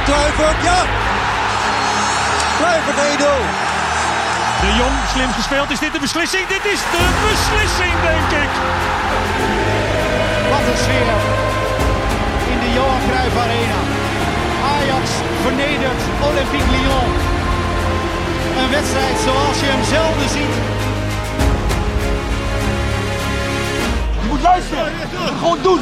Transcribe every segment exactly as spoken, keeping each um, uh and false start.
Kluivert, ja! Kluivert één nul. De Jong, slim gespeeld. Is dit de beslissing? Dit is de beslissing, denk ik. Wat een sfeer in de Johan Cruijff Arena. Ajax vernedert Olympique Lyon. Een wedstrijd zoals je hem zelden ziet. Je moet luisteren. Gewoon doen.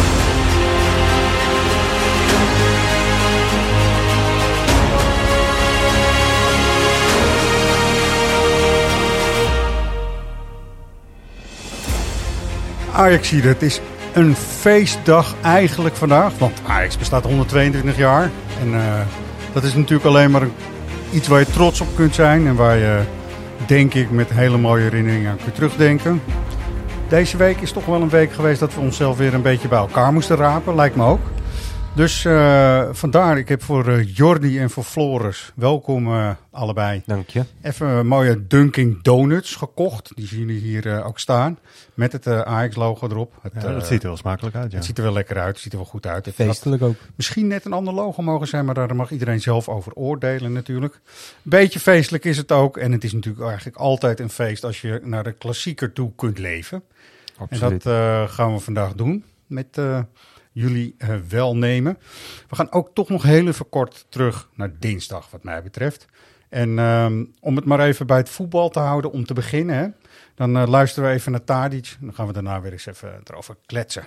Ajax hier, het is een feestdag eigenlijk vandaag, want Ajax bestaat honderdtweeëntwintig jaar. En uh, dat is natuurlijk alleen maar een, iets waar je trots op kunt zijn en waar je, denk ik, met hele mooie herinneringen aan kunt terugdenken. Deze week is toch wel een week geweest dat we onszelf weer een beetje bij elkaar moesten rapen, lijkt me ook. Dus uh, vandaar, ik heb voor uh, Jordi en voor Floris, welkom uh, allebei. Dank je. Even mooie Dunkin' Donuts gekocht, die zien jullie hier uh, ook staan, met het uh, Ajax-logo erop. Het, ja, dat uh, ziet er wel smakelijk uit. Ja. Het ziet er wel lekker uit, het ziet er wel goed uit. Het Feestelijk ook. Misschien net een ander logo mogen zijn, maar daar mag iedereen zelf over oordelen natuurlijk. Beetje feestelijk is het ook en het is natuurlijk eigenlijk altijd een feest als je naar de klassieker toe kunt leven. Absoluut. En dat uh, gaan we vandaag doen met... Uh, jullie uh, welnemen. We gaan ook toch nog heel even kort terug naar dinsdag, wat mij betreft. En um, om het maar even bij het voetbal te houden, om te beginnen, hè, dan uh, luisteren we even naar Tadic. Dan gaan we daarna weer eens even erover kletsen.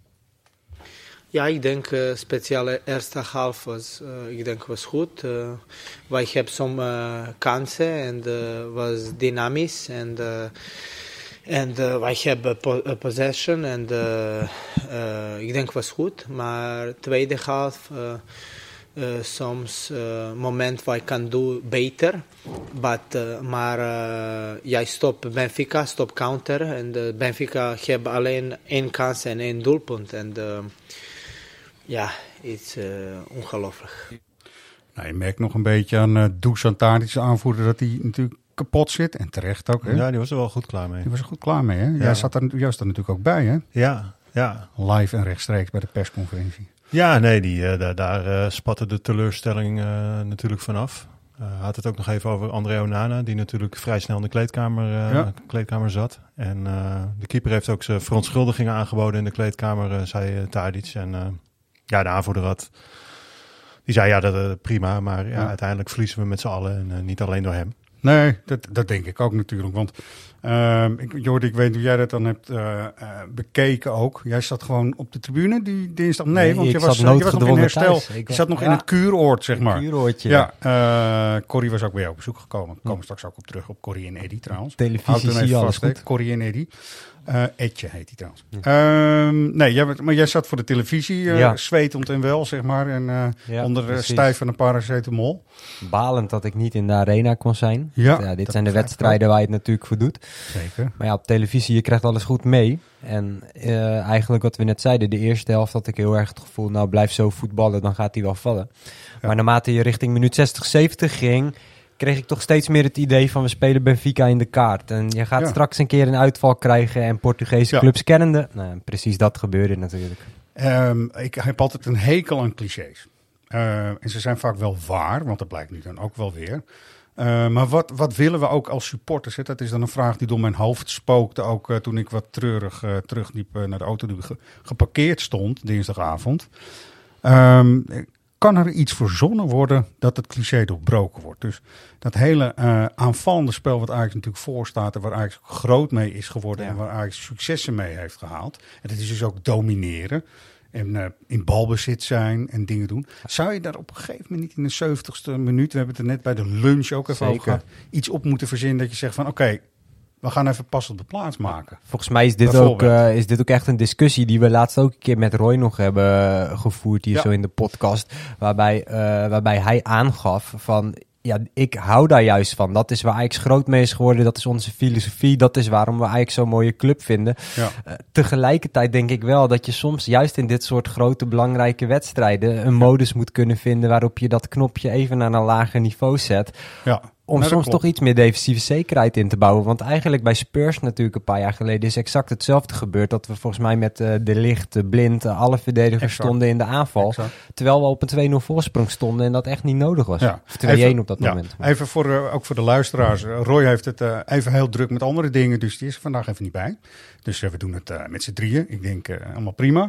Ja, ik denk uh, speciale eerste half was, uh, ik denk was goed. Uh, wij hebben sommige uh, kansen en uh, was dynamisch en uh, En uh, wij hebben po- possession en uh, uh, ik denk was goed. Maar tweede half, uh, uh, soms uh, moment wij kan doen beter. But, uh, maar uh, jij stop Benfica, stop counter. En uh, Benfica heeft alleen één kans en één doelpunt. En uh, ja, het is uh, ongelooflijk. Nou, je merkt nog een beetje aan uh, Dusan Tadic, aanvoerder, dat hij natuurlijk kapot zit. En terecht ook, hè? Ja, die was er wel goed klaar mee. Die was er goed klaar mee, hè? Ja. Jij zat er, jij was er natuurlijk ook bij, hè? Ja, ja. Live en rechtstreeks bij de persconferentie. Ja, nee, die, uh, daar, daar uh, spatte de teleurstelling uh, natuurlijk vanaf. Uh, had het ook nog even over André Onana, die natuurlijk vrij snel in de kleedkamer, uh, ja. kleedkamer zat. En uh, de keeper heeft ook zijn verontschuldigingen aangeboden in de kleedkamer, uh, zei uh, Tadic. En uh, ja, de aanvoerder had... Die zei, ja, dat uh, prima, maar ja, ja. uiteindelijk verliezen we met z'n allen en uh, niet alleen door hem. Nee, dat, dat denk ik ook natuurlijk. Want uh, ik, Jordi, ik weet niet hoe jij dat dan hebt uh, uh, bekeken ook. Jij zat gewoon op de tribune die dinsdag. Nee, nee want je was, uh, je was nog in herstel. Ik, je zat nog ja, in het kuuroord, zeg maar. Kuuroordje. Ja, uh, Corrie was ook bij jou op bezoek gekomen. We komen ja. straks ook op terug op Corrie en Eddy trouwens. Televisie zie je alles goed. Corrie en Eddy. Uh, Etje heet hij trouwens. Ja. Um, nee, jij, maar jij zat voor de televisie, uh, ja. zwetend en wel, zeg maar. En uh, ja, onder uh, stijf van een paracetamol. Balend dat ik niet in de arena kon zijn. Ja, ja, dit zijn de wedstrijden waar je het natuurlijk voor doet. Zeker. Maar ja, op televisie, je krijgt alles goed mee. En uh, eigenlijk wat we net zeiden, de eerste helft had ik heel erg het gevoel... nou, blijf zo voetballen, dan gaat hij wel vallen. Ja. Maar naarmate je richting minuut zestig, zeventig ging... kreeg ik toch steeds meer het idee van we spelen Benfica in de kaart. En je gaat ja. straks een keer een uitval krijgen en Portugese ja. clubs kennende. Nou, precies dat gebeurde natuurlijk. Um, ik heb altijd een hekel aan clichés. Uh, en ze zijn vaak wel waar, want dat blijkt nu dan ook wel weer. Uh, maar wat, wat willen we ook als supporters? Hè? Dat is dan een vraag die door mijn hoofd spookte. Ook uh, toen ik wat treurig uh, terugliep uh, naar de auto die ge- geparkeerd stond dinsdagavond. Um, Kan er iets verzonnen worden dat het cliché doorbroken wordt? Dus dat hele uh, aanvallende spel wat Ajax natuurlijk voorstaat... en waar Ajax groot mee is geworden... Ja. en waar Ajax successen mee heeft gehaald. En dat is dus ook domineren en uh, in balbezit zijn en dingen doen. Zou je daar op een gegeven moment niet in de zeventigste minuut... we hebben het er net bij de lunch ook even over gehad... iets op moeten verzinnen dat je zegt van... oké, okay, we gaan even pas op de plaats maken. Volgens mij is dit, ook, uh, is dit ook echt een discussie die we laatst ook een keer met Roy nog hebben gevoerd hier ja. zo in de podcast. Waarbij, uh, waarbij hij aangaf van, ja, ik hou daar juist van. Dat is waar Ajax groot mee is geworden. Dat is onze filosofie. Dat is waarom we Ajax zo'n mooie club vinden. Ja. Uh, tegelijkertijd denk ik wel dat je soms juist in dit soort grote belangrijke wedstrijden een modus moet kunnen vinden waarop je dat knopje even naar een lager niveau zet. Ja. om nou, soms klopt. toch iets meer defensieve zekerheid in te bouwen. Want eigenlijk bij Spurs natuurlijk een paar jaar geleden is exact hetzelfde gebeurd. Dat we volgens mij met uh, De Ligt, De Blind, uh, alle verdedigers Exact. stonden in de aanval. Exact. Terwijl we op een twee nul voorsprong stonden en dat echt niet nodig was. Ja. Of twee-een Even- op dat ja, moment. Even voor, uh, ook voor de luisteraars. Uh, Roy heeft het uh, even heel druk met andere dingen, dus die is er vandaag even niet bij. Dus uh, we doen het uh, met z'n drieën. Ik denk uh, allemaal prima.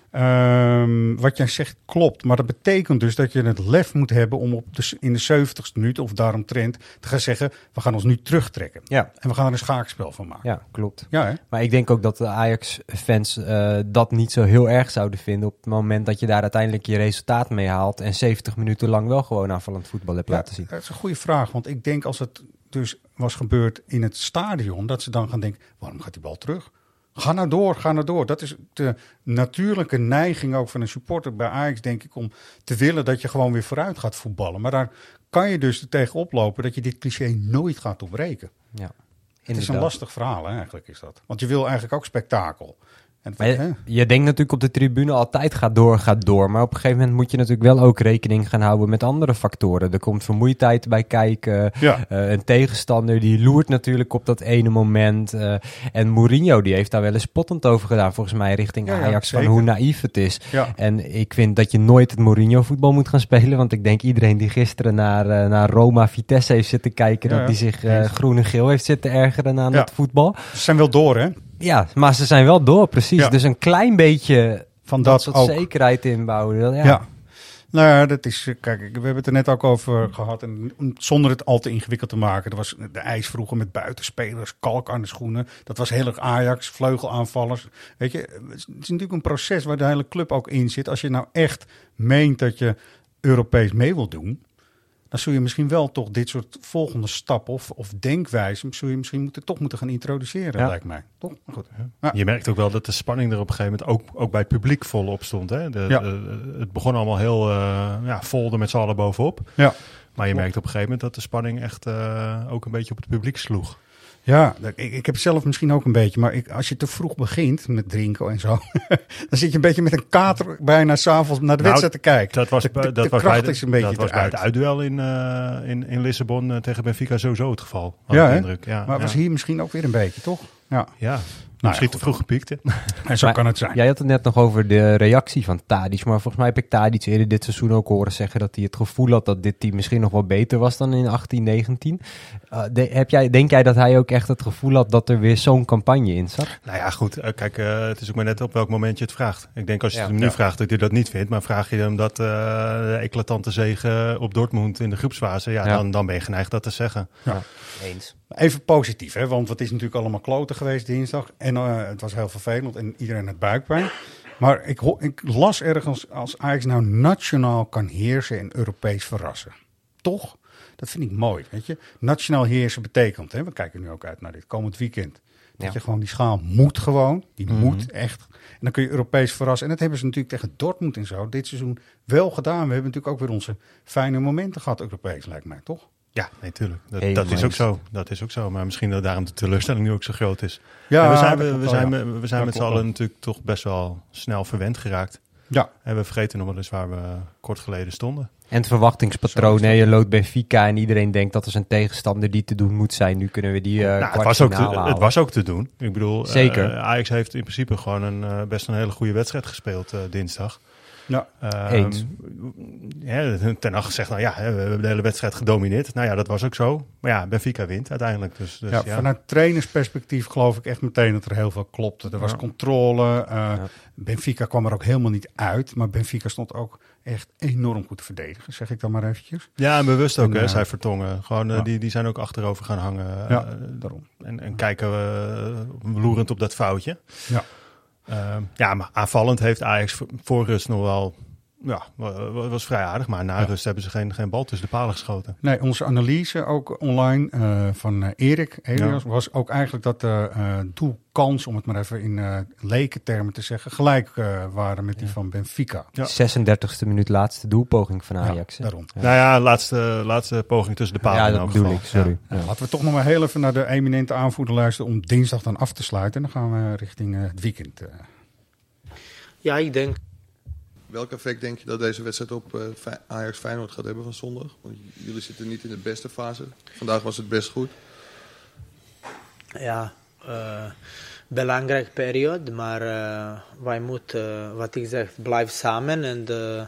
Um, wat jij zegt klopt, maar dat betekent dus dat je het lef moet hebben om op de, in de zeventigste minuut of daaromtrent te gaan zeggen, we gaan ons nu terugtrekken. Ja. En we gaan er een schaakspel van maken. Ja, klopt. Ja, hè? Maar ik denk ook dat de Ajax-fans uh, dat niet zo heel erg zouden vinden op het moment dat je daar uiteindelijk je resultaat mee haalt en zeventig minuten lang wel gewoon aanvallend voetbal hebt Ja, laten zien. dat is een goede vraag, want ik denk als het dus was gebeurd in het stadion, dat ze dan gaan denken, waarom gaat die bal terug? Ga nou door, ga nou door. Dat is de natuurlijke neiging ook van een supporter bij Ajax, denk ik, om te willen dat je gewoon weer vooruit gaat voetballen. Maar daar kan je dus er tegen oplopen dat je dit cliché nooit gaat doorbreken. Ja, Het is een lastig verhaal, hè, eigenlijk is dat. Want je wil eigenlijk ook spektakel. En, Maar je, hè? je denkt natuurlijk op de tribune altijd gaat door, gaat door. Maar op een gegeven moment moet je natuurlijk wel ook rekening gaan houden met andere factoren. Er komt vermoeidheid bij kijken. Ja. Uh, een tegenstander die loert natuurlijk op dat ene moment. Uh, en Mourinho die heeft daar wel eens spottend over gedaan. Volgens mij richting Ja, ja, Ajax van zeker. hoe naïef het is. Ja. En ik vind dat je nooit het Mourinho voetbal moet gaan spelen. Want ik denk iedereen die gisteren naar, uh, naar Roma Vitesse heeft zitten kijken. Ja, dat die ja. zich uh, groen en geel heeft zitten ergeren aan Ja. dat voetbal. Ze zijn wel door, hè? Ja, maar ze zijn wel door, precies. Ja. Dus een klein beetje Van dat dat soort ook. zekerheid inbouwen. dat- Ja. Ja. Nou ja, dat is, eh, kijk, we hebben het er net ook over gehad. En zonder het al te ingewikkeld te maken. Er was de ijs vroeger met buitenspelers, kalk aan de schoenen. Dat was heel erg Ajax, vleugelaanvallers. Weet je, het is natuurlijk een proces waar de hele club ook in zit. Als je nou echt meent dat je Europees mee wil doen, dan zul je misschien wel toch dit soort volgende stappen of, of denkwijzen, zul je misschien moeten, toch moeten gaan introduceren, Ja. lijkt mij. Toch? Maar goed. Ja. Je merkt ook wel dat de spanning er op een gegeven moment ook, ook bij het publiek volop stond. Hè? De, Ja. de- het begon allemaal heel uh, ja, vol er met z'n allen bovenop. Ja. Maar je merkt op een gegeven moment dat de spanning echt uh, ook een beetje op het publiek sloeg. Ja, dat- ik, ik heb het zelf misschien ook een beetje. Maar ik, als je te vroeg begint met drinken en zo, dan zit je een beetje met een kater bijna s'avonds naar de Nou, wedstrijd te kijken. Dat was, de, bij- de, dat de was, kracht bij, de, is een beetje dat was bij eruit. het uitduel in, uh, in, in Lissabon uh, tegen Benfica sowieso het geval. Had Ja, ik de hè? indruk. Ja, Maar ja. was hier misschien ook weer een beetje, toch? Ja, Ja, Nou, misschien ja, te vroeg gepiekt. Hè? en zo Maar kan het zijn. Jij had het net nog over de reactie van Tadic. Maar volgens mij heb ik Tadic eerder dit seizoen ook horen zeggen dat hij het gevoel had dat dit team misschien nog wel beter was dan in achttien negentien. Uh, de, heb jij, denk jij dat hij ook echt het gevoel had dat er weer zo'n campagne in zat? Nou ja, goed. Uh, kijk, uh, het is ook maar net op welk moment je het vraagt. Ik denk als je Ja. het hem nu Ja. vraagt dat hij dat niet vindt. Maar vraag je hem dat uh, de eclatante zege op Dortmund in de groepsfase. Ja, Ja. Dan, dan ben je geneigd dat te zeggen. Eens. Even positief, hè? Want het is natuurlijk allemaal kloten geweest dinsdag. En uh, het was heel vervelend en iedereen had buikpijn. Maar ik, ho- ik las ergens als Ajax nou nationaal kan heersen en Europees verrassen. Toch? Dat vind ik mooi, weet je. Nationaal heersen betekent, hè, we kijken nu ook uit naar dit komend weekend. Dat Ja. je gewoon die schaal moet gewoon. Die Mhm. moet echt. En dan kun je Europees verrassen. En dat hebben ze natuurlijk tegen Dortmund en zo dit seizoen wel gedaan. We hebben natuurlijk ook weer onze fijne momenten gehad Europees, lijkt mij, toch? Ja, nee, tuurlijk. Dat, Helemaal dat is ook eens. zo. Dat is ook zo. Maar misschien dat daarom de teleurstelling nu ook zo groot is. Ja, En we zijn, dat we, klopt we wel, zijn, ja. we- we zijn Ja, met z'n klopt allen wel. natuurlijk toch best wel snel verwend geraakt. Ja. En we vergeten nog wel eens waar we kort geleden stonden. En het verwachtingspatroon. Hè? Je loopt Benfica en iedereen denkt dat er een tegenstander die te doen moet zijn. Nu kunnen we die uh, Nou, het, was ook te, kwartfinale het halen. was ook te doen. Ik bedoel, Zeker. uh, Ajax heeft in principe gewoon een uh, best een hele goede wedstrijd gespeeld uh, dinsdag. Ja. Uh, Eens. Ja, Ten Hag zegt nou ja, we hebben de hele wedstrijd gedomineerd. Nou ja, dat was ook zo. Maar ja, Benfica wint uiteindelijk. Dus, dus, ja, ja. vanuit trainersperspectief geloof ik echt meteen dat er heel veel klopte. Er was Ja. controle. uh, Ja. Benfica kwam er ook helemaal niet uit. Maar Benfica stond ook echt enorm goed te verdedigen, zeg ik dan maar eventjes. Ja, en bewust ook, En, hè, uh, zij Vertongen. Gewoon, uh, ja. die, die zijn ook achterover gaan hangen. Ja, uh, daarom. En, en kijken we uh, loerend op dat foutje. Ja. Uh, ja, maar aanvallend heeft Ajax voor, voor rust nog wel... Ja, wa- wa- was vrij aardig. Maar na Ja. rust hebben ze geen, geen bal tussen de palen geschoten. Nee, onze analyse ook online uh, van uh, Erik Elias Ja. was ook eigenlijk dat de uh, doelkans, om het maar even in uh, lekentermen te zeggen, gelijk uh, waren met die Ja. van Benfica. Ja. zesendertigste minuut laatste doelpoging van Ajax. Ja, hè? daarom. Ja. Nou ja, laatste, laatste poging tussen de palen Ja, in dat elk bedoel geval. ik, sorry. Ja. Ja. Laten we toch nog maar heel even naar de eminente aanvoerder luisteren om dinsdag dan af te sluiten. En dan gaan we richting uh, het weekend. Uh. Ja, ik denk welk effect denk je dat deze wedstrijd op uh, Ajax Feyenoord gaat hebben van zondag? Want jullie zitten niet in de beste fase. Vandaag was het best goed. Ja, uh, belangrijk periode, maar uh, wij moeten, uh, wat ik zeg, blijven samen en uh,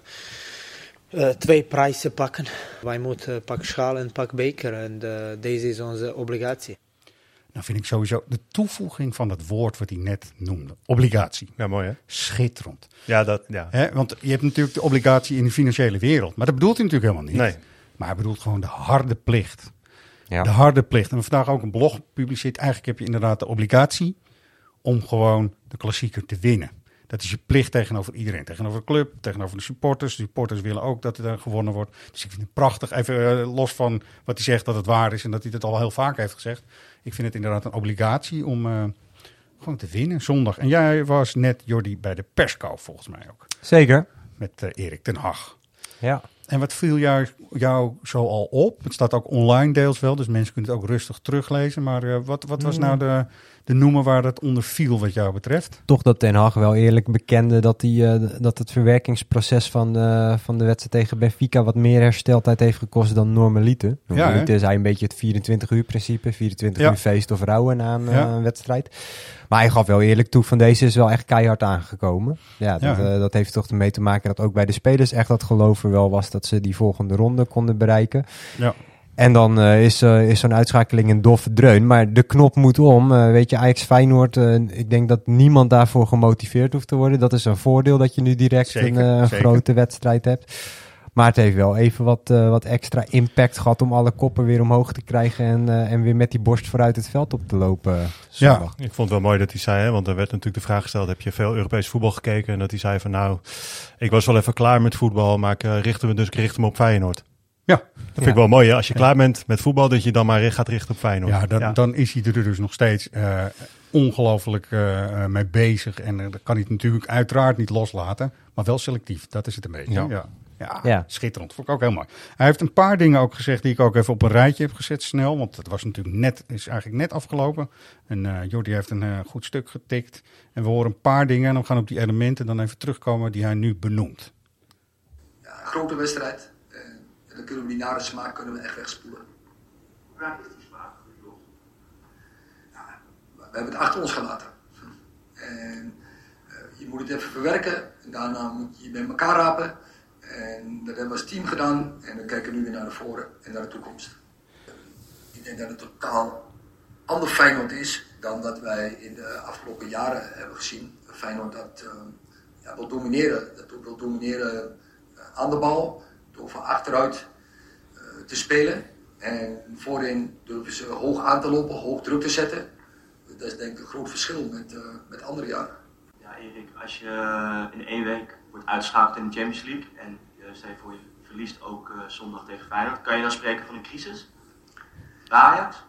uh, twee prijzen pakken. Wij moeten pak schaal en pak beker en uh, deze is onze obligatie. Nou vind ik sowieso de toevoeging van dat woord wat hij net noemde. Obligatie. Ja, mooi hè? Schitterend. Ja, dat, ja. Hè? Want je hebt natuurlijk de obligatie in de financiële wereld. Maar dat bedoelt hij natuurlijk helemaal niet. Nee. Maar hij bedoelt gewoon de harde plicht. Ja. De harde plicht. En we vandaag ook een blog gepubliceerd. Eigenlijk heb je inderdaad de obligatie om gewoon de klassieker te winnen. Dat is je plicht tegenover iedereen. Tegenover de club, tegenover de supporters. De supporters willen ook dat er gewonnen wordt. Dus ik vind het prachtig. Even uh, los van wat hij zegt dat het waar is en dat hij het al heel vaak heeft gezegd. Ik vind het inderdaad een obligatie om uh, gewoon te winnen zondag. En jij was net, Jordi, bij de perskou volgens mij ook. Zeker. Met uh, Erik ten Hag. Ja. En wat viel jou, jou zo al op? Het staat ook online deels wel, dus mensen kunnen het ook rustig teruglezen. Maar uh, wat, wat was nou de, de noemer waar het onder viel wat jou betreft? Toch dat Ten Hag wel eerlijk bekende dat, die, uh, dat het verwerkingsproces van, uh, van de wedstrijd tegen Benfica wat meer hersteltijd heeft gekost dan normaliter. Normaliter ja, is hij een beetje het vierentwintig uur principe, vierentwintig ja. uur feest of rouwen na een ja. uh, wedstrijd. Maar hij gaf wel eerlijk toe van deze is wel echt keihard aangekomen. Ja, dat, ja. Uh, dat heeft toch ermee te maken dat ook bij de spelers echt dat geloof er wel was dat ze die volgende ronde konden bereiken. Ja. En dan uh, is, uh, is zo'n uitschakeling een doffe dreun. Maar de knop moet om. Uh, weet je, Ajax Feyenoord, uh, ik denk dat niemand daarvoor gemotiveerd hoeft te worden. Dat is een voordeel dat je nu direct zeker, een, uh, een grote wedstrijd hebt. Maar het heeft wel even wat, uh, wat extra impact gehad om alle koppen weer omhoog te krijgen. En, uh, en weer met die borst vooruit het veld op te lopen. Uh, ja, ik vond het wel mooi dat hij zei, hè, want er werd natuurlijk de vraag gesteld, heb je veel Europees voetbal gekeken? En dat hij zei van nou, ik was wel even klaar met voetbal, maar ik uh, richtte me dus ik richtte me op Feyenoord. Ja. Dat vind ja. ik wel mooi, hè? Als je ja. klaar bent met voetbal, dat je dan maar gaat richten op Feyenoord. Ja, dan, ja. dan is hij er dus nog steeds uh, ongelooflijk uh, mee bezig. En uh, dat kan hij natuurlijk uiteraard niet loslaten, maar wel selectief. Dat is het een beetje. Ja. Ja. Ja, ja, schitterend. Vond ik ook heel mooi. Hij heeft een paar dingen ook gezegd die ik ook even op een rijtje heb gezet snel. Want het was natuurlijk net, is eigenlijk net afgelopen. En uh, Jordi heeft een uh, goed stuk getikt. En we horen een paar dingen en dan gaan we op die elementen dan even terugkomen die hij nu benoemt. Ja, een grote wedstrijd. Uh, en dan kunnen we die nare smaak kunnen we echt wegspoelen. Waar is die smaak? Ja, we hebben het achter ons gelaten. En uh, je moet het even verwerken. En daarna moet je je bij elkaar rapen. En dat hebben we als team gedaan en we kijken nu weer naar de voren en naar de toekomst. Ik denk dat het totaal ander Feyenoord is dan dat wij in de afgelopen jaren hebben gezien. Een Feyenoord dat uh, ja, wil domineren, dat wil domineren uh, aan de bal, door van achteruit uh, te spelen. En voorin durven ze hoog aan te lopen, hoog druk te zetten. Dat is denk ik een groot verschil met, uh, met andere jaren. Ja, Erik, als je in één week wordt uitschakeld in de Champions League en uh, stel je voor je verliest ook uh, zondag tegen Feyenoord, kan je dan spreken van een crisis? Bij Ajax?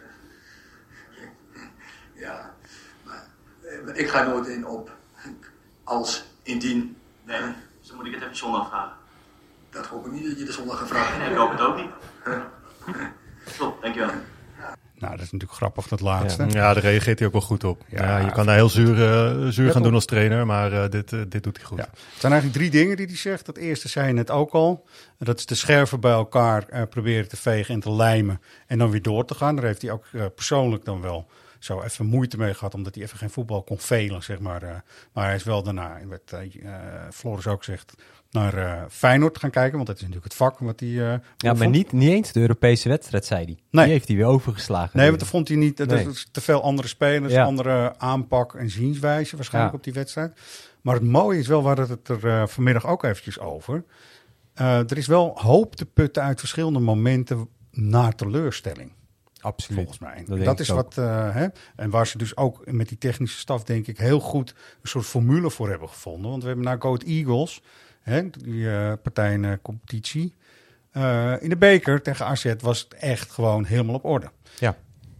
Ja, maar ik ga nooit in op als indien. Nee, dus dan moet ik het even zondag vragen. Dat hoop ik niet dat je de zondag gaat vragen. Nee, ik hoop het ook niet. Top, dankjewel. Nou, dat is natuurlijk grappig, dat laatste. Ja, ja daar reageert hij ook wel goed op. Ja, ja, je kan daar heel zuur, uh, zuur gaan doen als trainer, maar uh, dit, uh, dit doet hij goed. Ja. Het zijn eigenlijk drie dingen die hij zegt. Het eerste zei je net ook al. Dat is de scherven bij elkaar uh, proberen te vegen en te lijmen en dan weer door te gaan. Daar heeft hij ook uh, persoonlijk dan wel zo even moeite mee gehad, omdat hij even geen voetbal kon velen, zeg maar. Uh, maar hij is wel daarna, wat uh, Floris ook zegt, naar uh, Feyenoord gaan kijken, want dat is natuurlijk het vak wat hij uh, ja, maar niet, niet eens de Europese wedstrijd, zei hij. Nee. Die heeft hij weer overgeslagen. Nee, want dat vond hij niet. Dat nee. is te veel andere spelers, ja. andere aanpak en zienswijze waarschijnlijk ja. op die wedstrijd. Maar het mooie is wel, we hadden het er uh, vanmiddag ook eventjes over. Uh, er is wel hoop te putten uit verschillende momenten naar teleurstelling. Absoluut. Volgens mij. Dat, dat is wat, uh, hè, en waar ze dus ook met die technische staf denk ik heel goed een soort formule voor hebben gevonden. Want we hebben nou Go Ahead Eagles, hè, die uh, partij in uh, competitie. Uh, in de beker tegen A Z was het echt gewoon helemaal op orde. Ja.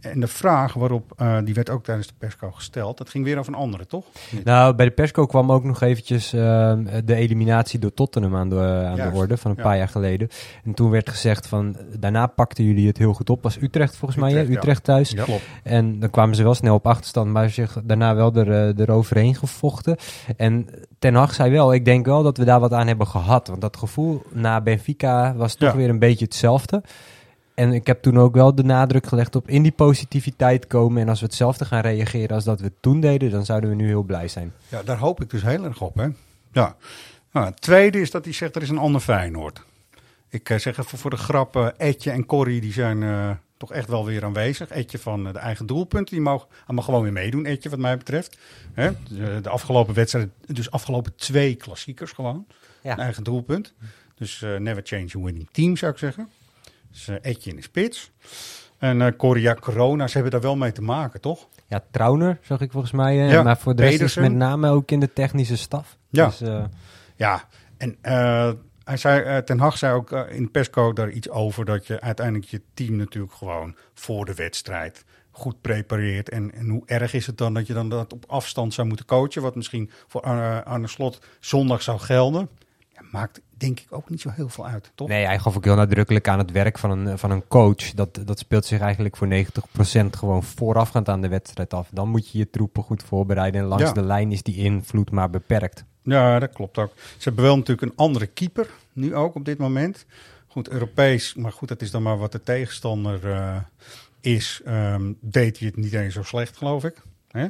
En de vraag waarop, uh, die werd ook tijdens de persco gesteld, dat ging weer over een andere, toch? Nou, bij de persco kwam ook nog eventjes uh, de eliminatie door Tottenham aan, de, aan de orde van een ja. paar jaar geleden. En toen werd gezegd van, daarna pakten jullie het heel goed op. Was Utrecht volgens Utrecht, mij, hè? Utrecht ja. thuis. Ja, klopt. En dan kwamen ze wel snel op achterstand, maar zich daarna wel er, eroverheen gevochten. En Ten Hag zei wel, ik denk wel dat we daar wat aan hebben gehad. Want dat gevoel na Benfica was toch ja. weer een beetje hetzelfde. En ik heb toen ook wel de nadruk gelegd op in die positiviteit komen. En als we hetzelfde gaan reageren als dat we het toen deden, dan zouden we nu heel blij zijn. Ja, daar hoop ik dus heel erg op. Hè? Ja. Nou, het tweede is dat hij zegt, er is een ander Feyenoord. Ik uh, zeg even voor de grap, uh, Etje en Corrie, die zijn uh, toch echt wel weer aanwezig. Etje van uh, de eigen doelpunten, die mag, mag gewoon weer meedoen, Etje wat mij betreft. Hè? De, de afgelopen wedstrijden, dus afgelopen twee klassiekers gewoon. Ja. Een eigen doelpunt. Dus uh, never change a winning team, zou ik zeggen. Dus uh, Etje in de spits. En uh, Corria, Corona, ze hebben daar wel mee te maken, toch? Ja, Trauner zag ik volgens mij. Uh, ja, maar voor de rest is met name ook in de technische staf. Ja, dus, uh... ja. En uh, hij zei, uh, Ten Hag zei ook uh, in de persco daar iets over, dat je uiteindelijk je team natuurlijk gewoon voor de wedstrijd goed prepareert. En, en hoe erg is het dan dat je dan dat op afstand zou moeten coachen, wat misschien voor uh, Arne Slot zondag zou gelden. Ja, maakt denk ik ook niet zo heel veel uit, toch? Nee, hij gaf ook heel nadrukkelijk aan het werk van een, van een coach. Dat, dat speelt zich eigenlijk voor negentig procent gewoon voorafgaand aan de wedstrijd af. Dan moet je je troepen goed voorbereiden en langs ja. de lijn is die invloed maar beperkt. Ja, dat klopt ook. Ze hebben wel natuurlijk een andere keeper, nu ook op dit moment. Goed, Europees, maar goed, dat is dan maar wat de tegenstander uh, is. Um, deed hij het niet eens zo slecht, geloof ik. Hè?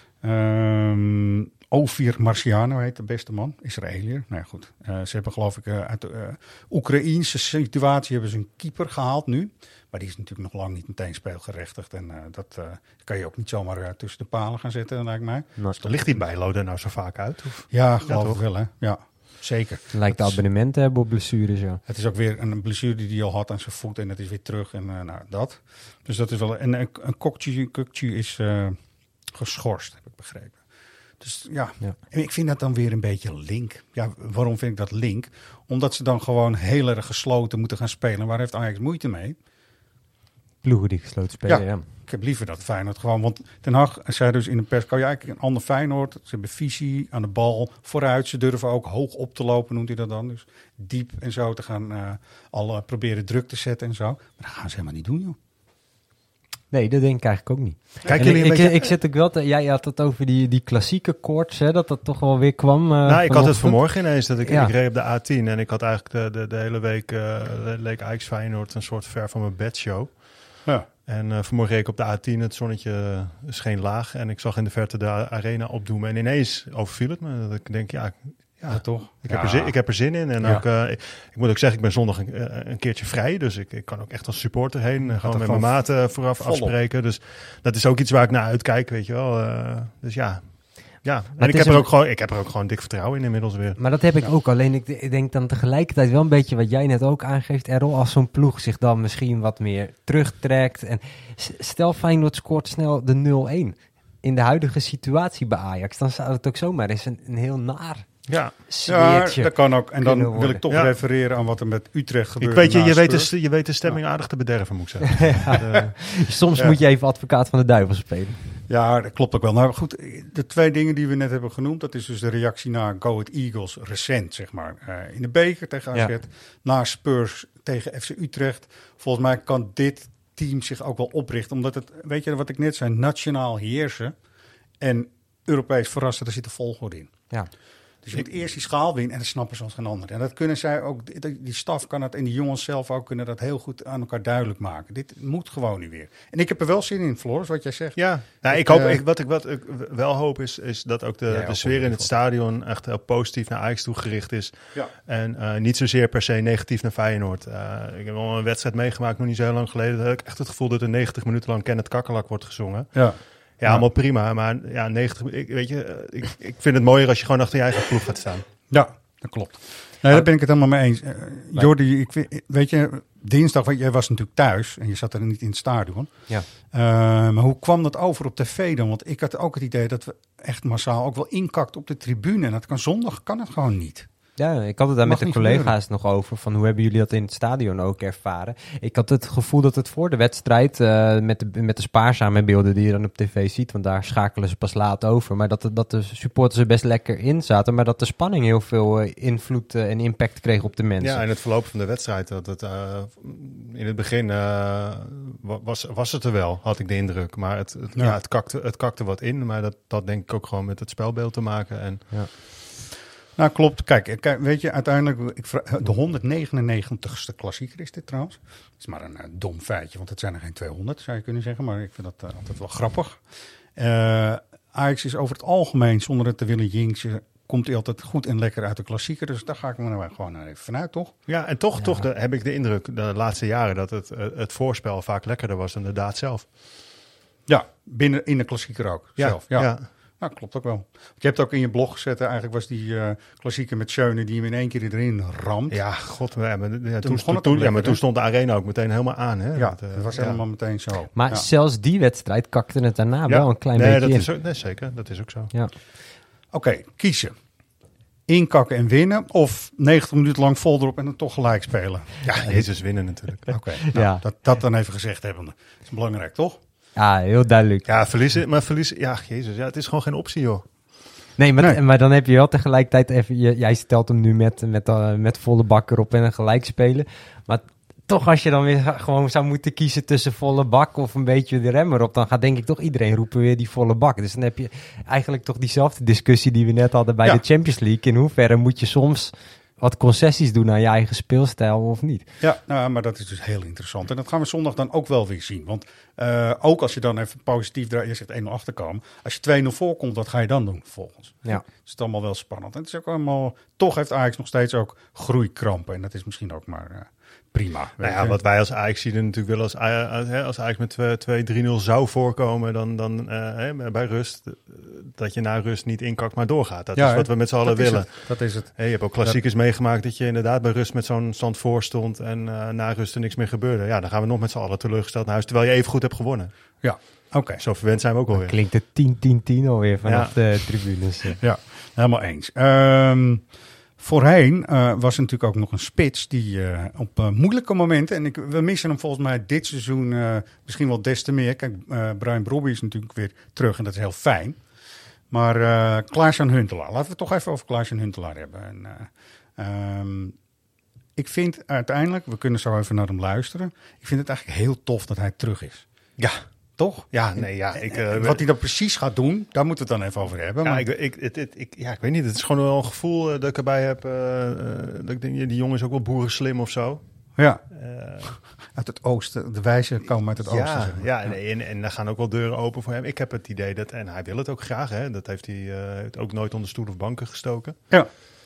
Um, Ovir Marciano heet de beste man, Israëliër. Nou ja, goed. Uh, ze hebben geloof ik uh, uit de uh, Oekraïense situatie hebben ze een keeper gehaald nu. Maar die is natuurlijk nog lang niet meteen speelgerechtigd. En uh, dat uh, kan je ook niet zomaar uh, tussen de palen gaan zetten, lijkt mij. Nou, ligt die Bijlo er nou zo vaak uit? Of? Ja, geloof ja, ik wel, hè. Ja, zeker. Lijkt de abonnement te hebben op blessures, ja. Het is ook weer een blessure die hij al had aan zijn voet en dat is weer terug. En uh, nou, dat. Dus dat is wel... En uh, een Kokcu is uh, geschorst, heb ik begrepen. Dus ja, ja, en ik vind dat dan weer een beetje link. Ja, waarom vind ik dat link? Omdat ze dan gewoon heel erg gesloten moeten gaan spelen. Waar heeft Ajax moeite mee? Ploegen die gesloten spelen, ja. ja. Ik heb liever dat Feyenoord gewoon. Want Ten Hag zei dus in de pers, ja, ik een ander Feyenoord. Ze hebben visie aan de bal, vooruit. Ze durven ook hoog op te lopen, noemt hij dat dan. Dus diep en zo te gaan uh, al uh, proberen druk te zetten en zo. Maar dat gaan ze helemaal niet doen, joh. Nee, dat denk ik eigenlijk ook niet. Kijk, jullie ik, beetje... ik, ik zit ook wel te, jij had het over die, die klassieke koorts, hè, dat dat toch wel weer kwam. Uh, nou, ik had het vanmorgen ineens, dat ik, ja. ik reed op de A tien en ik had eigenlijk de, de, de hele week, uh, leek Ajax Feyenoord een soort ver van mijn bedshow. Ja. En uh, vanmorgen reed ik op de A tien, het zonnetje scheen laag en ik zag in de verte de arena opdoemen. En ineens overviel het me, dat ik denk, ja... Ja, ja, toch? Ik, ja. Heb er zin, ik heb er zin in. En ja. ook, uh, ik, ik moet ook zeggen, ik ben zondag een, een keertje vrij. Dus ik, ik kan ook echt als supporter heen. Uh, gewoon met mijn maten vooraf volop afspreken. Dus dat is ook iets waar ik naar uitkijk, weet je wel. Uh, dus ja. Ja, en ik heb, er ook gewoon, ik heb er ook gewoon dik vertrouwen in inmiddels weer. Maar dat heb ik ja. ook. Alleen ik, ik denk dan tegelijkertijd wel een beetje wat jij net ook aangeeft, Errol. Als zo'n ploeg zich dan misschien wat meer terugtrekt. En stel Feyenoord scoort snel de nul-een. In de huidige situatie bij Ajax. Dan zou het ook zomaar eens een, een heel naar... Ja. ja, dat kan ook. En dan wil ik toch ja. refereren aan wat er met Utrecht gebeurt. Ik weet je, je weet, de, je weet de stemming ja. aardig te bederven, moet ik zeggen. ja. de, Soms ja. moet je even advocaat van de duivel spelen. Ja, dat klopt ook wel. Nou goed, de twee dingen die we net hebben genoemd, dat is dus de reactie naar Go Ahead Eagles recent, zeg maar. Uh, in de beker tegen A Z, ja. naar Spurs tegen F C Utrecht. Volgens mij kan dit team zich ook wel oprichten, omdat het, weet je wat ik net zei, nationaal heersen en Europees verrassen, daar zit de volgorde in. Ja. Dus je moet eerst die schaal winnen en dat snappen ze als geen ander. En dat kunnen zij ook, die staf kan het en die jongens zelf ook kunnen dat heel goed aan elkaar duidelijk maken. Dit moet gewoon nu weer. En ik heb er wel zin in, Floris, wat jij zegt. Ja, nou, ik, ik hoop, uh, ik, wat, ik, wat ik wel hoop is, is dat ook de, ja, de sfeer in het stadion echt heel positief naar Ajax toe gericht is. Ja. En uh, niet zozeer per se negatief naar Feyenoord. Uh, ik heb wel een wedstrijd meegemaakt, nog niet zo heel lang geleden. Dat heb ik echt het gevoel dat er negentig minuten lang Kenneth Kakkelak wordt gezongen. Ja. Ja, ja, allemaal prima, maar ja, negentig, ik, weet je, ik, ik vind het mooier als je gewoon achter je eigen ploeg gaat staan. Ja, dat klopt. Nee, daar ben ik het helemaal mee eens. Uh, Jordi, ik vind, weet je, dinsdag, jij was natuurlijk thuis en je zat er niet in het stadion. Ja. Uh, maar hoe kwam dat over op tv dan? Want ik had ook het idee dat we echt massaal ook wel inkakten op de tribune. En dat kan zondag, kan het gewoon niet. Ja, ik had het daar Mag met de niet collega's nog over. Van hoe hebben jullie dat in het stadion ook ervaren? Ik had het gevoel dat het voor de wedstrijd, uh, met, de, met de spaarzame beelden die je dan op tv ziet, want daar schakelen ze pas laat over, maar dat de, dat de supporters er best lekker in zaten, maar dat de spanning heel veel uh, invloed uh, en impact kreeg op de mensen. Ja, in het verloop van de wedstrijd. Dat het, uh, in het begin uh, was, was het er wel, had ik de indruk. Maar het, het, ja. Ja, het, kakte, het kakte wat in, maar dat, dat denk ik ook gewoon met het spelbeeld te maken. En ja. Nou, klopt. Kijk, kijk, weet je, uiteindelijk, ik vraag, de honderdnegenennegentigste klassieker is dit trouwens. Dat is maar een uh, dom feitje, want het zijn er geen tweehonderd, zou je kunnen zeggen. Maar ik vind dat uh, altijd wel grappig. Uh, Ajax is over het algemeen, zonder het te willen jinxen, komt hij altijd goed en lekker uit de klassieker. Dus daar ga ik me nou gewoon even vanuit, toch? Ja, en toch, ja. toch de, heb ik de indruk de laatste jaren dat het, het voorspel vaak lekkerder was dan de daad zelf. Ja, binnen in de klassieker ook Ja, zelf. Ja. ja. Nou, klopt ook wel. Want je hebt ook in je blog gezet, eigenlijk was die uh, klassieker met Schöne die hem in één keer erin ramt. Ja, god. Ja, maar, ja, toen, toen, toen, het toen, ja, maar lekker, toen stond de arena ook meteen helemaal aan. Hè? Ja, dat, uh, dat was ja. helemaal meteen zo. Maar ja. zelfs die wedstrijd kakte het daarna ja. wel een klein nee, beetje dat in. Is ook, nee, zeker. Dat is ook zo. Ja. Oké, okay, kiezen. Inkakken en winnen of negentig minuten lang vol erop en dan toch gelijk spelen? Ja, Jezus winnen natuurlijk. Oké, okay, nou, ja. dat, dat dan even gezegd hebben. Dat is belangrijk, toch? Ja, heel duidelijk. Ja, verliezen, maar verliezen, ja, Jezus, ja, het is gewoon geen optie, joh. Nee, maar, Nee. maar dan heb je wel tegelijkertijd even, je, jij stelt hem nu met, met, uh, met volle bak erop en een gelijk spelen. Maar toch als je dan weer gewoon zou moeten kiezen tussen volle bak of een beetje de rem erop, dan gaat denk ik toch iedereen roepen weer die volle bak. Dus dan heb je eigenlijk toch diezelfde discussie die we net hadden bij Ja. de Champions League. In hoeverre moet je soms wat concessies doen aan je eigen speelstijl of niet? Ja, nou, maar dat is dus heel interessant. En dat gaan we zondag dan ook wel weer zien. Want uh, ook als je dan even positief draait, je zegt één nul achterkomen. Als je twee nul voorkomt, wat ga je dan doen vervolgens? Ja. Dus het is allemaal wel spannend. En het is ook allemaal, toch heeft Ajax nog steeds ook groeikrampen. En dat is misschien ook maar uh, prima. Nou ja, wat wij als Ajax zien natuurlijk willen, als, als, als Ajax met twee drie nul zou voorkomen, dan, dan uh, bij rust, dat je na rust niet inkakt, maar doorgaat. Dat ja, is wat we met z'n allen willen. Het, dat is het. Hey, je hebt ook klassiekers dat... meegemaakt dat je inderdaad bij rust met zo'n stand voor stond en uh, na rust er niks meer gebeurde. Ja, dan gaan we nog met z'n allen teleurgesteld naar huis, terwijl je even goed hebt gewonnen. Ja, oké. Okay. Zo verwend zijn we ook alweer. Klinkt het tien tien tien alweer vanaf ja. de tribunes. Ja, helemaal eens. Um, Voorheen uh, was er natuurlijk ook nog een spits die uh, op uh, moeilijke momenten, en ik, we missen hem volgens mij dit seizoen uh, misschien wel des te meer. Kijk, uh, Brian Brobby is natuurlijk weer terug en dat is heel fijn. Maar uh, Klaas-Jan Huntelaar, laten we het toch even over Klaas-Jan Huntelaar hebben. En, uh, um, ik vind uiteindelijk, we kunnen zo even naar hem luisteren, ik vind het eigenlijk heel tof dat hij terug is. Ja. Toch? Ja, nee, ja. Ik, uh, wat hij dan precies gaat doen, daar moeten we het dan even over hebben. Ja, maar... ik, ik, het, het, ik, ja, ik weet niet. Het is gewoon wel een gevoel uh, dat ik erbij heb. Uh, uh, dat ik denk, die jongen is ook wel boerenslim of zo. Ja. Uh, uit het oosten. De wijzen komen uit het ja, oosten. Zeg maar. Ja, en, en, en daar gaan ook wel deuren open voor hem. Ik heb het idee dat, en hij wil het ook graag. Hè, dat heeft hij uh, ook nooit onder stoel of banken gestoken. Ja.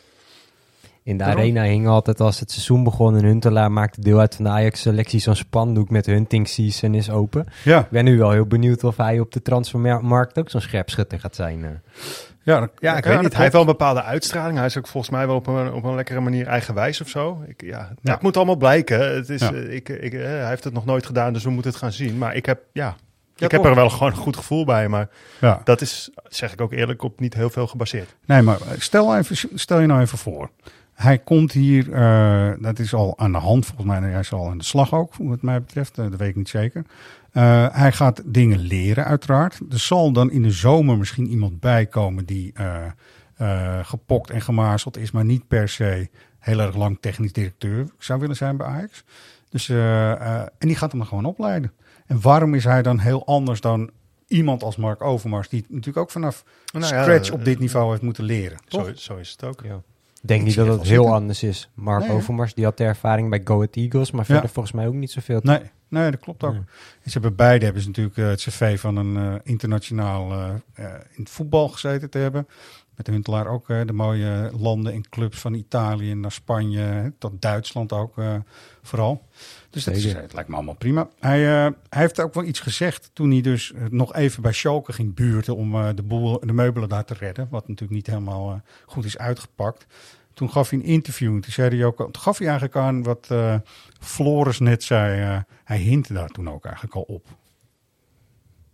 In de Waarom? Arena hing altijd als het seizoen begon en Huntelaar maakte deel uit van de Ajax-selectie zo'n spandoek met hunting season is open. Ja. Ik ben nu wel heel benieuwd of hij op de transfermarkt ook zo'n scherpschutter gaat zijn. Ja, dat, ja ik ja, weet niet. Hij heeft wel een bepaalde uitstraling. Hij is ook volgens mij wel op een, op een lekkere manier eigenwijs of zo. Ik, ja, ja. Het moet allemaal blijken. Het is, ja. uh, ik, ik, uh, hij heeft het nog nooit gedaan, dus we moeten het gaan zien. Maar ik heb, ja, ja, ik heb er wel gewoon een goed gevoel bij. Maar ja. dat is, zeg ik ook eerlijk, op niet heel veel gebaseerd. Nee, maar stel, even, stel je nou even voor. Hij komt hier, uh, dat is al aan de hand, volgens mij, hij is al aan de slag ook, wat mij betreft, uh, dat weet ik niet zeker. Uh, hij gaat dingen leren uiteraard. Er zal dan in de zomer misschien iemand bijkomen die uh, uh, gepokt en gemazeld is, maar niet per se heel erg lang technisch directeur zou willen zijn bij Ajax. Dus, uh, uh, en die gaat hem dan gewoon opleiden. En waarom is hij dan heel anders dan iemand als Mark Overmars, die natuurlijk ook vanaf nou ja, scratch op dit niveau heeft moeten leren? Zo, zo is het ook, ja. Ik denk niet dat het heel zitten. anders is. Mark nee, Overmars, die had de ervaring bij Go Ahead Eagles, maar verder ja. volgens mij ook niet zoveel. Nee, nee, dat klopt ook. Nee. Ze hebben beide hebben ze natuurlijk uh, het cv van een uh, internationaal uh, uh, in het voetbal gezeten te hebben. Met de Huntelaar ook uh, de mooie landen en clubs van Italië naar Spanje, tot Duitsland ook uh, vooral. Dus dat is, uh, het lijkt me allemaal prima. Hij, uh, hij heeft ook wel iets gezegd toen hij dus uh, nog even bij Schalke ging buurten om uh, de, boel, de meubelen daar te redden. Wat natuurlijk niet helemaal uh, goed is uitgepakt. Toen gaf hij een interview en toen zei hij ook, toen gaf hij eigenlijk aan wat uh, Floris net zei. Uh, hij hintte daar toen ook eigenlijk al op.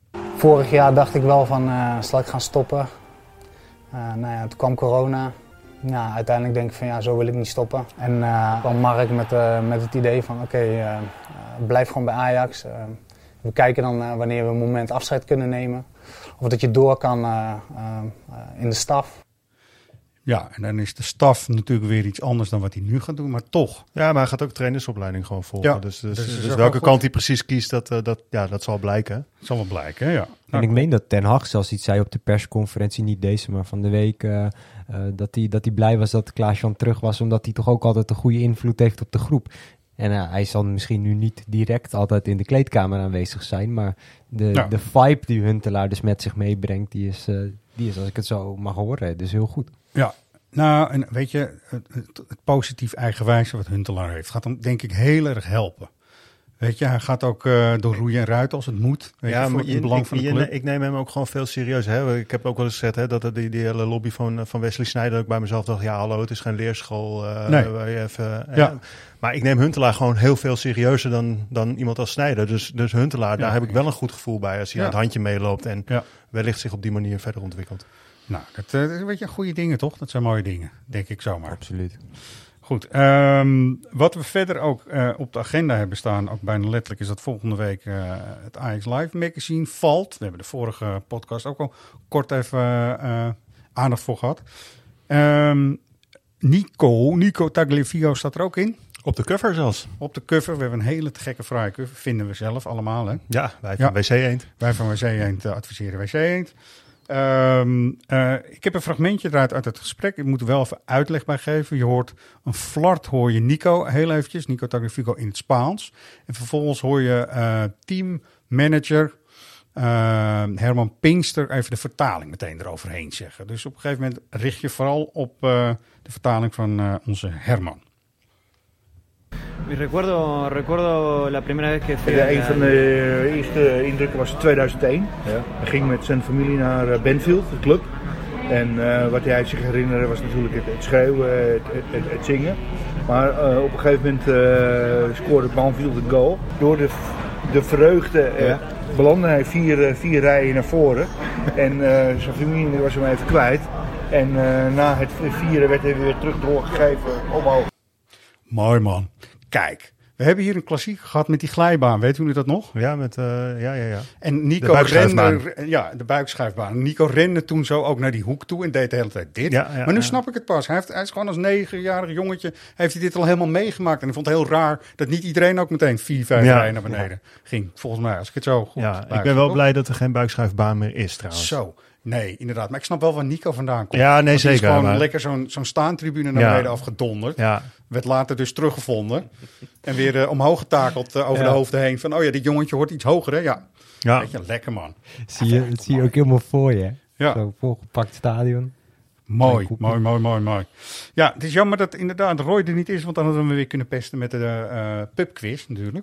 Vorig jaar dacht ik wel van, uh, zal ik gaan stoppen? Uh, nou ja, toen kwam corona. Nou, uiteindelijk denk ik van ja, zo wil ik niet stoppen. En uh, kwam Mark met, uh, met het idee van oké, okay, uh, uh, blijf gewoon bij Ajax. Uh, we kijken dan uh, wanneer we een moment afscheid kunnen nemen. Of dat je door kan uh, uh, uh, in de staf. Ja, en dan is de staf natuurlijk weer iets anders dan wat hij nu gaat doen, maar toch. Ja, maar hij gaat ook trainersopleiding gewoon volgen. Ja, dus dus, dus, dus dus welke kant hij precies kiest, dat, uh, dat, ja, dat zal blijken. Het zal wel blijken, ja. En nou, ik meen dat Ten Hag zelfs iets zei op de persconferentie, niet deze, maar van de week, uh, uh, dat hij dat hij blij was dat Klaas-Jan terug was, omdat hij toch ook altijd een goede invloed heeft op de groep. En uh, hij zal misschien nu niet direct altijd in de kleedkamer aanwezig zijn, maar de, ja. de vibe die Huntelaar dus met zich meebrengt, die is, uh, die is, als ik het zo mag horen, dus heel goed. Ja. Nou, en weet je, het, het, het positief eigenwijze wat Huntelaar heeft, gaat hem denk ik heel erg helpen. Weet je, hij gaat ook uh, door roeien en ruiten als het moet. Weet ja, je, voor maar het je, belang ik, van de je, club. ik neem hem ook gewoon veel serieus. Hè? Ik heb ook wel eens gezegd hè, dat die, die hele lobby van, van Wesley Sneijder, dat ik bij mezelf dacht, ja hallo, het is geen leerschool. Uh, nee. waar je even, ja. uh, maar ik neem Huntelaar gewoon heel veel serieuzer dan, dan iemand als Sneijder. Dus, dus Huntelaar, ja, daar heb ik wel een goed gevoel bij als hij ja. aan het handje meeloopt en ja. wellicht zich op die manier verder ontwikkelt. Nou, dat, dat is een beetje goede dingen, toch? Dat zijn mooie dingen, denk ik zomaar. Absoluut. Goed, um, wat we verder ook uh, op de agenda hebben staan, ook bijna letterlijk, is dat volgende week uh, het Ajax Live magazine valt. We hebben de vorige podcast ook al kort even uh, aandacht voor gehad. Um, Nico, Nico Tagliafico staat er ook in. Op de cover zelfs. Op de cover. We hebben een hele te gekke fraaie cover, vinden we zelf allemaal. Hè? Ja, wij van ja. W C Eend. Wij van W C Eend uh, adviseren W C Eend. Um, uh, ik heb een fragmentje eruit uit het gesprek. Ik moet er wel even uitleg bij geven. Je hoort een flart, hoor je Nico heel eventjes. Nico Tagliafico in het Spaans. En vervolgens hoor je uh, teammanager uh, Herman Pinkster even de vertaling meteen eroverheen zeggen. Dus op een gegeven moment richt je vooral op uh, de vertaling van uh, onze Herman. Mi recuerdo, recuerdo la primera vez que fui. Ja, een van de eerste indrukken was tweeduizend één. Ja. Hij ging met zijn familie naar Benfield, de club. En uh, wat hij zich herinnerde was natuurlijk het, het schreeuwen, het, het, het zingen. Maar uh, op een gegeven moment uh, scoorde Banfield een goal. Door de, de vreugde uh, ja. belandde hij vier, vier rijen naar voren. En uh, zijn familie was hem even kwijt. En uh, na het vieren werd hij weer terug doorgegeven omhoog. Mooi man. Kijk, we hebben hier een klassieker gehad met die glijbaan. Weet jullie dat nog? Ja, met uh, ja, ja, ja. En Nico rende, ja, de buikschuifbaan. Nico rende toen zo ook naar die hoek toe en deed de hele tijd dit. Ja, ja, maar nu ja. snap ik het pas. Hij, heeft, hij is gewoon als negenjarig jongetje, heeft hij dit al helemaal meegemaakt. En ik vond het heel raar dat niet iedereen ook meteen vier, vijf ja, rijen naar beneden ja. ging. Volgens mij, als ik het zo goed Ja, ik ben wel op. blij dat er geen buikschuifbaan meer is trouwens. Zo. Nee, inderdaad. Maar ik snap wel waar Nico vandaan komt. Ja, nee, zeker. Hij is gewoon maar... lekker zo'n, zo'n staantribune naar beneden ja. afgedonderd. Ja. Werd later dus teruggevonden. En weer uh, omhoog getakeld uh, over ja. de hoofden heen. Van, oh ja, dit jongetje hoort iets hoger, hè? Ja. ja. Weet je, lekker man. Zie je, dat zie je ook helemaal voor je, hè? Ja. Zo'n volgepakt stadion. Mooi, mooi, mooi, mooi, mooi. Ja, het is jammer dat inderdaad Roy er niet is. Want dan hadden we hem weer kunnen pesten met de uh, pubquiz natuurlijk.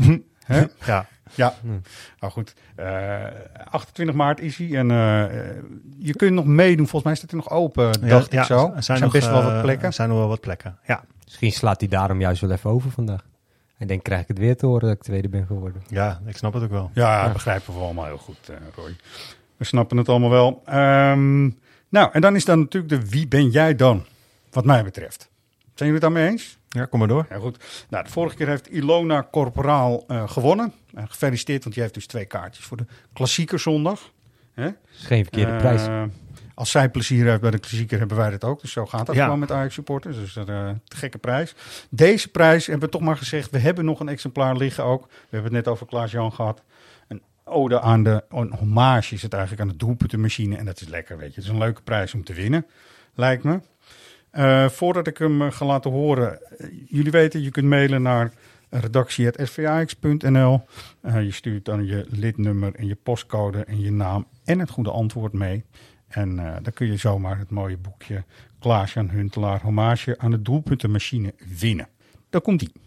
Hè? Ja. Ja, hmm. nou goed. Uh, achtentwintig maart is hij. En uh, je kunt nog meedoen. Volgens mij staat hij nog open, ja, dacht ja, ik zo. Er zijn, er zijn nog, best wel wat plekken. Er zijn nog wel wat plekken, ja. Misschien slaat hij daarom juist wel even over vandaag. En denk, krijg ik het weer te horen dat ik tweede ben geworden. Ja, ik snap het ook wel. Ja, ja. begrijpen we allemaal heel goed, uh, Roy. We snappen het allemaal wel. Um, nou, en dan is dan natuurlijk de wie ben jij dan, wat mij betreft. Zijn jullie het daarmee eens? Ja, kom maar door. Ja, goed. Nou, de vorige keer heeft Ilona Corporaal uh, gewonnen. Uh, gefeliciteerd, want die heeft dus twee kaartjes voor de klassieker zondag. Hè? Geen verkeerde uh, prijs. Als zij plezier heeft bij de klassieker, hebben wij dat ook. Dus zo gaat dat ja. gewoon met Ajax supporters. Dus dat is uh, een gekke prijs. Deze prijs hebben we toch maar gezegd. We hebben nog een exemplaar liggen ook. We hebben het net over Klaas-Jan gehad. Een ode aan de, een hommage is het eigenlijk aan de doelpuntenmachine. En dat is lekker, weet je. Het is een leuke prijs om te winnen, lijkt me. Uh, voordat ik hem uh, ga laten horen, uh, jullie weten, je kunt mailen naar redactie apenstaartje s v a x punt n l. Uh, je stuurt dan je lidnummer en je postcode en je naam en het goede antwoord mee. En uh, dan kun je zomaar het mooie boekje Klaas-Jan Huntelaar hommage aan de doelpuntenmachine winnen. Daar komt ie.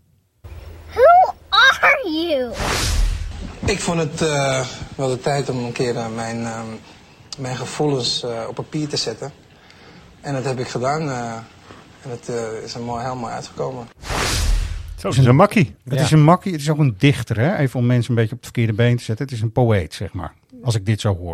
Who are you? Ik vond het uh, wel de tijd om een keer uh, mijn, uh, mijn gevoelens uh, op papier te zetten. En dat heb ik gedaan uh, en het uh, is er mooi, heel mooi uitgekomen. Zo, het is een makkie. Het ja. is een makkie, het is ook een dichter, hè? Even om mensen een beetje op het verkeerde been te zetten. Het is een poëet, zeg maar, als ik dit zo hoor.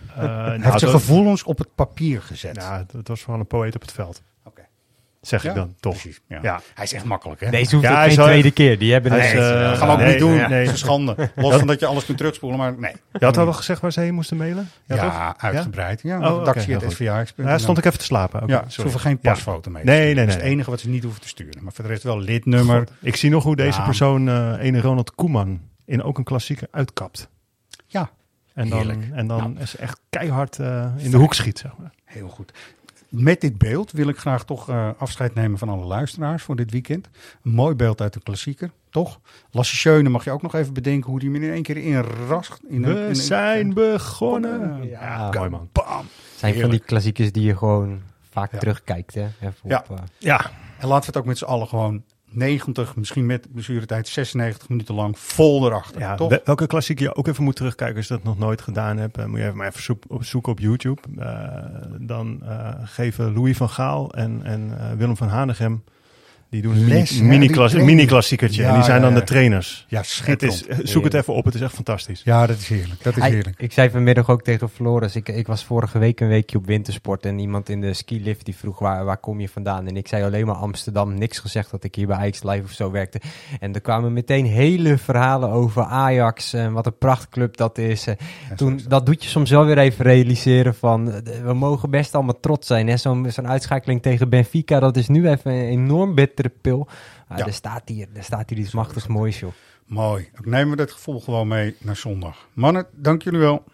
Uh, Hij nou, heeft zijn dat- gevoelens op het papier gezet. Ja, het was gewoon een poëet op het veld. Oké. Zeg Ja, ik dan, toch? precies, ja. Hij is echt makkelijk, hè? Deze hoeft Ja, ook hij geen is wel- tweede keer. Die hebben hij een is, eentje. eh, Dat gaan we ook nee, niet doen. nee, Het nee. is een schande. Los van dat je alles kunt terugspoelen, maar nee. Je had al wel gezegd waar ze heen moesten mailen? Ja, toch? uitgebreid. Ja, Oh, oké, redactie heel at goed. s v a x punt n l. Ja, stond ik even te slapen. Okay, ja, sorry. ze hoeven geen Ja. pasfoto mee te Nee, sturen. nee, nee. Dat is het enige wat ze niet hoeven te sturen. Maar voor de rest wel lidnummer. God, ik zie nog hoe deze Ja. persoon uh, ene Ronald Koeman in ook een klassieker uitkapt. Ja, En dan, heerlijk. en dan Nou. is echt keihard uh, in de hoek schiet, zeg maar. Heel goed. Met dit beeld wil ik graag toch uh, afscheid nemen van alle luisteraars voor dit weekend. Een mooi beeld uit de klassieker, toch? Lasse Schöne mag je ook nog even bedenken hoe die hem in één keer inrast. In We een, in een, zijn begonnen. Ja, Ja, mooi man. Bam. Zijn van die klassiekers die je gewoon vaak Ja. terugkijkt. Hè? Even Ja. op, uh, Ja. En laten we het ook met z'n allen gewoon negentig, misschien met blessuretijd zesennegentig minuten lang vol erachter. Ja, toch? wel- welke klassiek je ook even moet terugkijken als je dat nog nooit gedaan hebt. Uh, moet je even maar even zoek, op, zoeken op YouTube. Uh, dan uh, geven Louis van Gaal en, en uh, Willem van Hanegem... Die doen een Les, mini, hè, mini, die klas, training. mini-klassiekertje. Ja, en die zijn ja, dan ja. de trainers. Ja, Het schitterend. is, zoek het even op, het is echt fantastisch. Ja, dat is heerlijk. Dat is Hij- heerlijk. Ik zei vanmiddag ook tegen Floris, ik, ik was vorige week een weekje op wintersport en iemand in de skilift die vroeg waar, waar kom je vandaan? En ik zei alleen maar Amsterdam, niks gezegd dat ik hier bij Ajax Live of zo werkte. En er kwamen meteen hele verhalen over Ajax en wat een prachtclub dat is. En toen, dat doet je soms wel weer even realiseren van, eh, we mogen best allemaal trots zijn. Hè? Zo'n, zo'n uitschakeling tegen Benfica, dat is nu even een enorm bittere pil. Ah, Ja. er, staat hier, er staat hier iets machtigs moois, joh. Mooi. Ik neem we dat gevoel gewoon mee naar zondag. Mannen, dank jullie wel.